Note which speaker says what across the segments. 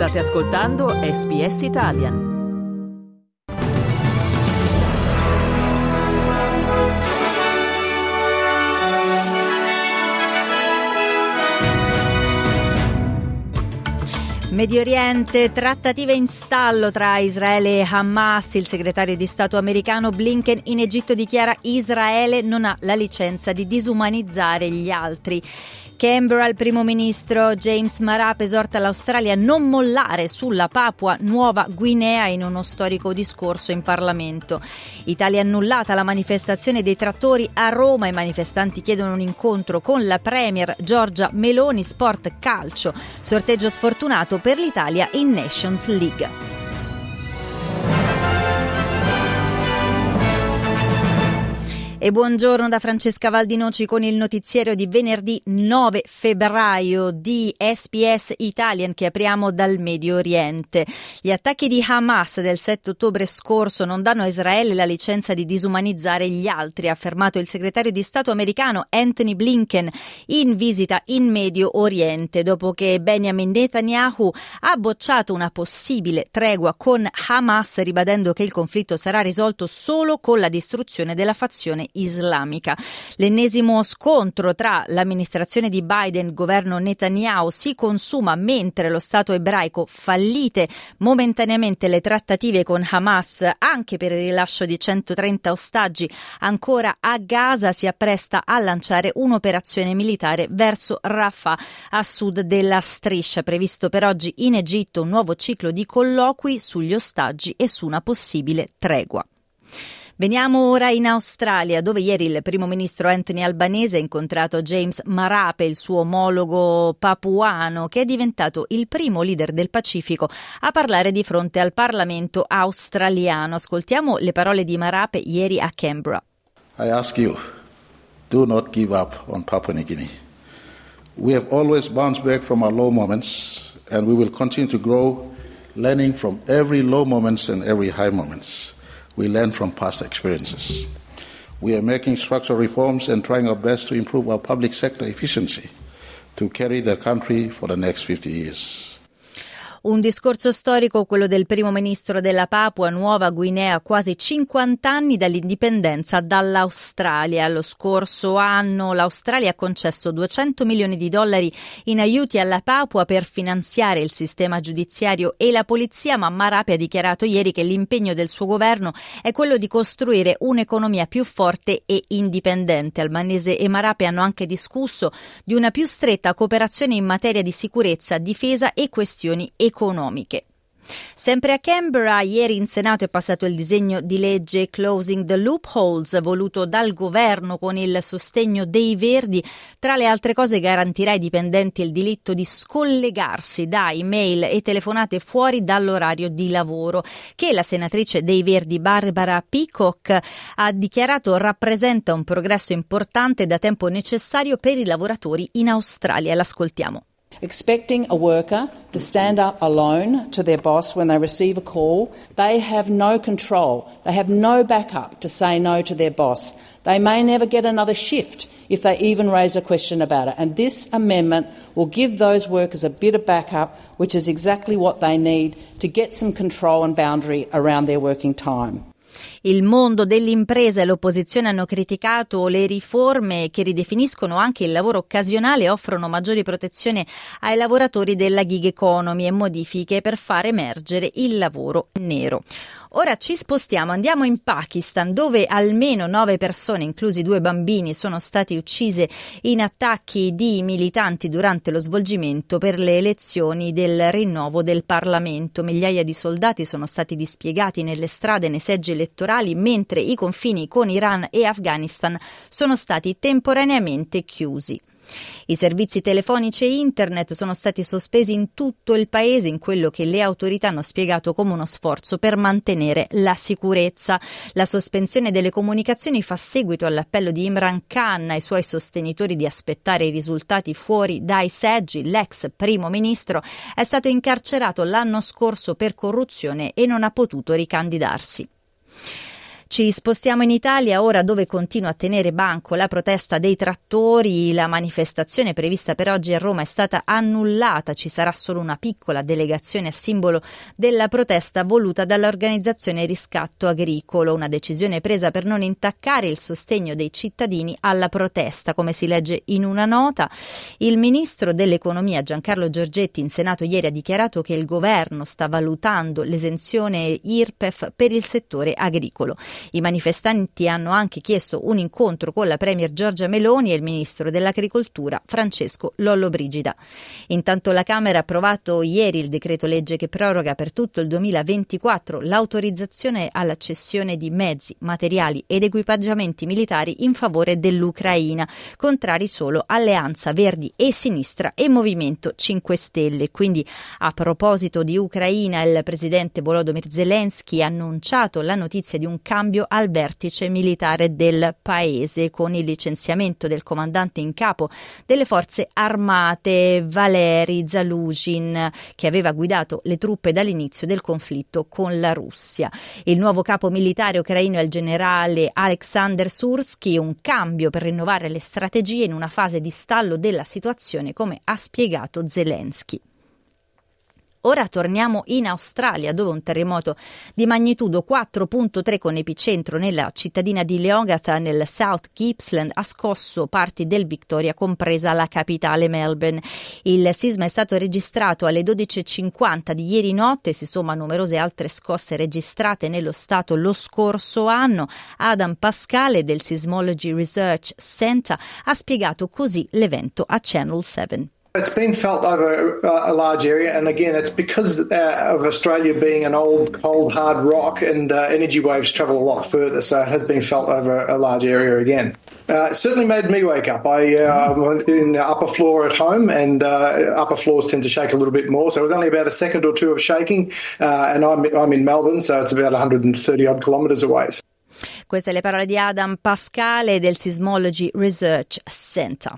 Speaker 1: State ascoltando SBS Italian.
Speaker 2: Medio Oriente, trattative in stallo tra Israele e Hamas. Il segretario di Stato americano Blinken in Egitto dichiara: Israele non ha la licenza di disumanizzare gli altri. Canberra, il primo ministro James Marape esorta l'Australia a non mollare sulla Papua Nuova Guinea in uno storico discorso in Parlamento. Italia annullata la manifestazione dei trattori a Roma. I manifestanti chiedono un incontro con la premier Giorgia Meloni. Sport calcio, sorteggio sfortunato per l'Italia in Nations League. E buongiorno da Francesca Valdinoci con il notiziario di venerdì 9 febbraio di SBS Italian, che apriamo dal Medio Oriente. Gli attacchi di Hamas del 7 ottobre scorso non danno a Israele la licenza di disumanizzare gli altri, ha affermato il segretario di Stato americano Antony Blinken in visita in Medio Oriente, dopo che Benjamin Netanyahu ha bocciato una possibile tregua con Hamas, ribadendo che il conflitto sarà risolto solo con la distruzione della fazione islamica. L'ennesimo scontro tra l'amministrazione di Biden e il governo Netanyahu si consuma mentre lo Stato ebraico, fallite momentaneamente le trattative con Hamas anche per il rilascio di 130 ostaggi ancora a Gaza, si appresta a lanciare un'operazione militare verso Rafah a sud della striscia. Previsto per oggi in Egitto un nuovo ciclo di colloqui sugli ostaggi e su una possibile tregua. Veniamo ora in Australia, dove ieri il primo ministro Anthony Albanese ha incontrato James Marape, il suo omologo papuano, che è diventato il primo leader del Pacifico a parlare di fronte al Parlamento australiano. Ascoltiamo le parole di Marape ieri a Canberra.
Speaker 3: I ask you, do not give up on Papua New Guinea. We have always bounced back from our low moments, and we will continue to grow, learning from every low moments and every high moments. We learn from past experiences. We are making structural reforms and trying our best to improve our public sector efficiency to carry the country for the next 50 years.
Speaker 2: Un discorso storico, quello del primo ministro della Papua Nuova Guinea, a quasi 50 anni dall'indipendenza dall'Australia. Lo scorso anno l'Australia ha concesso $200 milioni in aiuti alla Papua per finanziare il sistema giudiziario e la polizia, ma Marape ha dichiarato ieri che l'impegno del suo governo è quello di costruire un'economia più forte e indipendente. Albanese e Marape hanno anche discusso di una più stretta cooperazione in materia di sicurezza, difesa e questioni economiche. Sempre a Canberra, ieri in Senato è passato il disegno di legge Closing the Loopholes, voluto dal governo con il sostegno dei Verdi. Tra le altre cose garantirà ai dipendenti il diritto di scollegarsi da email e telefonate fuori dall'orario di lavoro, che la senatrice dei Verdi Barbara Peacock ha dichiarato rappresenta un progresso importante da tempo necessario per i lavoratori in Australia. L'ascoltiamo.
Speaker 4: Expecting a worker to stand up alone to their boss when they receive a call, they have no control. They have no backup to say no to their boss. They may never get another shift if they even raise a question about it. And this amendment will give those workers a bit of backup, which is exactly what they need to get some control and boundary around their working time.
Speaker 2: Il mondo dell'impresa e l'opposizione hanno criticato le riforme che ridefiniscono anche il lavoro occasionale e offrono maggiori protezioni ai lavoratori della gig economy e modifiche per far emergere il lavoro nero. Ora ci spostiamo, andiamo in Pakistan, dove almeno 9 persone, inclusi 2 bambini, sono state uccise in attacchi di militanti durante lo svolgimento per le elezioni del rinnovo del Parlamento. Migliaia di soldati sono stati dispiegati nelle strade e nei seggi elettorali, mentre i confini con Iran e Afghanistan sono stati temporaneamente chiusi. I servizi telefonici e internet sono stati sospesi in tutto il paese, in quello che le autorità hanno spiegato come uno sforzo per mantenere la sicurezza. La sospensione delle comunicazioni fa seguito all'appello di Imran Khan ai suoi sostenitori di aspettare i risultati fuori dai seggi. L'ex primo ministro è stato incarcerato l'anno scorso per corruzione e non ha potuto ricandidarsi. Ci spostiamo in Italia ora, dove continua a tenere banco la protesta dei trattori. La manifestazione prevista per oggi a Roma è stata annullata, ci sarà solo una piccola delegazione a simbolo della protesta voluta dall'organizzazione Riscatto Agricolo, una decisione presa per non intaccare il sostegno dei cittadini alla protesta, come si legge in una nota. Il ministro dell'economia Giancarlo Giorgetti in Senato ieri ha dichiarato che il governo sta valutando l'esenzione IRPEF per il settore agricolo. I manifestanti hanno anche chiesto un incontro con la premier Giorgia Meloni e il ministro dell'agricoltura Francesco Lollobrigida. Intanto la Camera ha approvato ieri il decreto legge che proroga per tutto il 2024 l'autorizzazione alla cessione di mezzi, materiali ed equipaggiamenti militari in favore dell'Ucraina, contrari solo Alleanza Verdi e Sinistra e Movimento 5 Stelle. Quindi, a proposito di Ucraina, il presidente Volodymyr Zelensky ha annunciato la notizia di un cambio al vertice militare del paese, con il licenziamento del comandante in capo delle forze armate Valery Zaluzhin, che aveva guidato le truppe dall'inizio del conflitto con la Russia. Il nuovo capo militare ucraino è il generale Alexander Sursky, un cambio per rinnovare le strategie in una fase di stallo della situazione, come ha spiegato Zelensky. Ora torniamo in Australia, dove un terremoto di magnitudo 4.3 con epicentro nella cittadina di Leongatha nel South Gippsland ha scosso parti del Victoria, compresa la capitale Melbourne. Il sisma è stato registrato alle 12.50 di ieri notte, si somma a numerose altre scosse registrate nello stato lo scorso anno. Adam Pascale del Seismology Research Centre ha spiegato così l'evento a Channel 7.
Speaker 5: It's been felt over a large area, and again, it's because of Australia being an old, cold, hard rock, and energy waves travel a lot further, so it has been felt over a large area again. It certainly made me wake up. I'm in the upper floor at home, and upper floors tend to shake a little bit more, so it was only about a second or two of shaking, and I'm in Melbourne, so it's about 130 odd kilometres away.
Speaker 2: Queste le parole di Adam Pascale del Seismology Research Centre.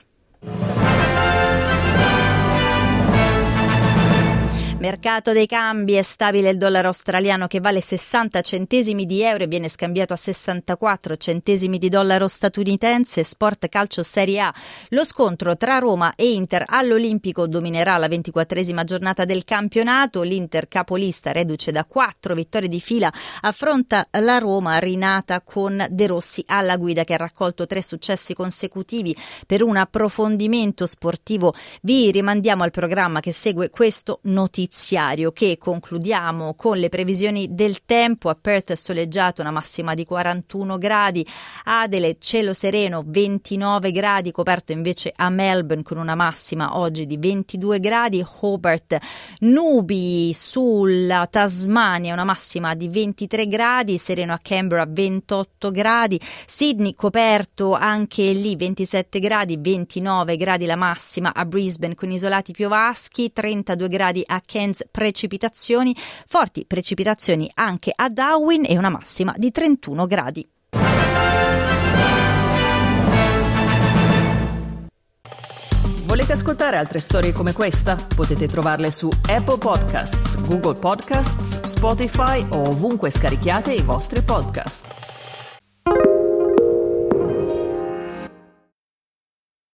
Speaker 2: Mercato dei cambi, è stabile il dollaro australiano che vale 60 centesimi di euro e viene scambiato a 64 centesimi di dollaro statunitense. Sport calcio Serie A. Lo scontro tra Roma e Inter all'Olimpico dominerà la 24esima giornata del campionato. L'Inter, capolista, reduce da 4 vittorie di fila, affronta la Roma rinata con De Rossi alla guida, che ha raccolto 3 successi consecutivi. Per un approfondimento sportivo vi rimandiamo al programma che segue questo notiziario, che concludiamo con le previsioni del tempo. A Perth è soleggiato, una massima di 41 gradi, Adelaide cielo sereno 29 gradi, coperto invece a Melbourne con una massima oggi di 22 gradi, Hobart nubi sulla Tasmania, una massima di 23 gradi, sereno a Canberra 28 gradi, Sydney coperto anche lì 27 gradi, 29 gradi la massima a Brisbane con isolati piovaschi, 32 gradi a Cairns, precipitazioni, forti precipitazioni anche a Darwin e una massima di 31 gradi.
Speaker 1: Volete ascoltare altre storie come questa? Potete trovarle su Apple Podcasts, Google Podcasts, Spotify o ovunque scarichiate i vostri podcast.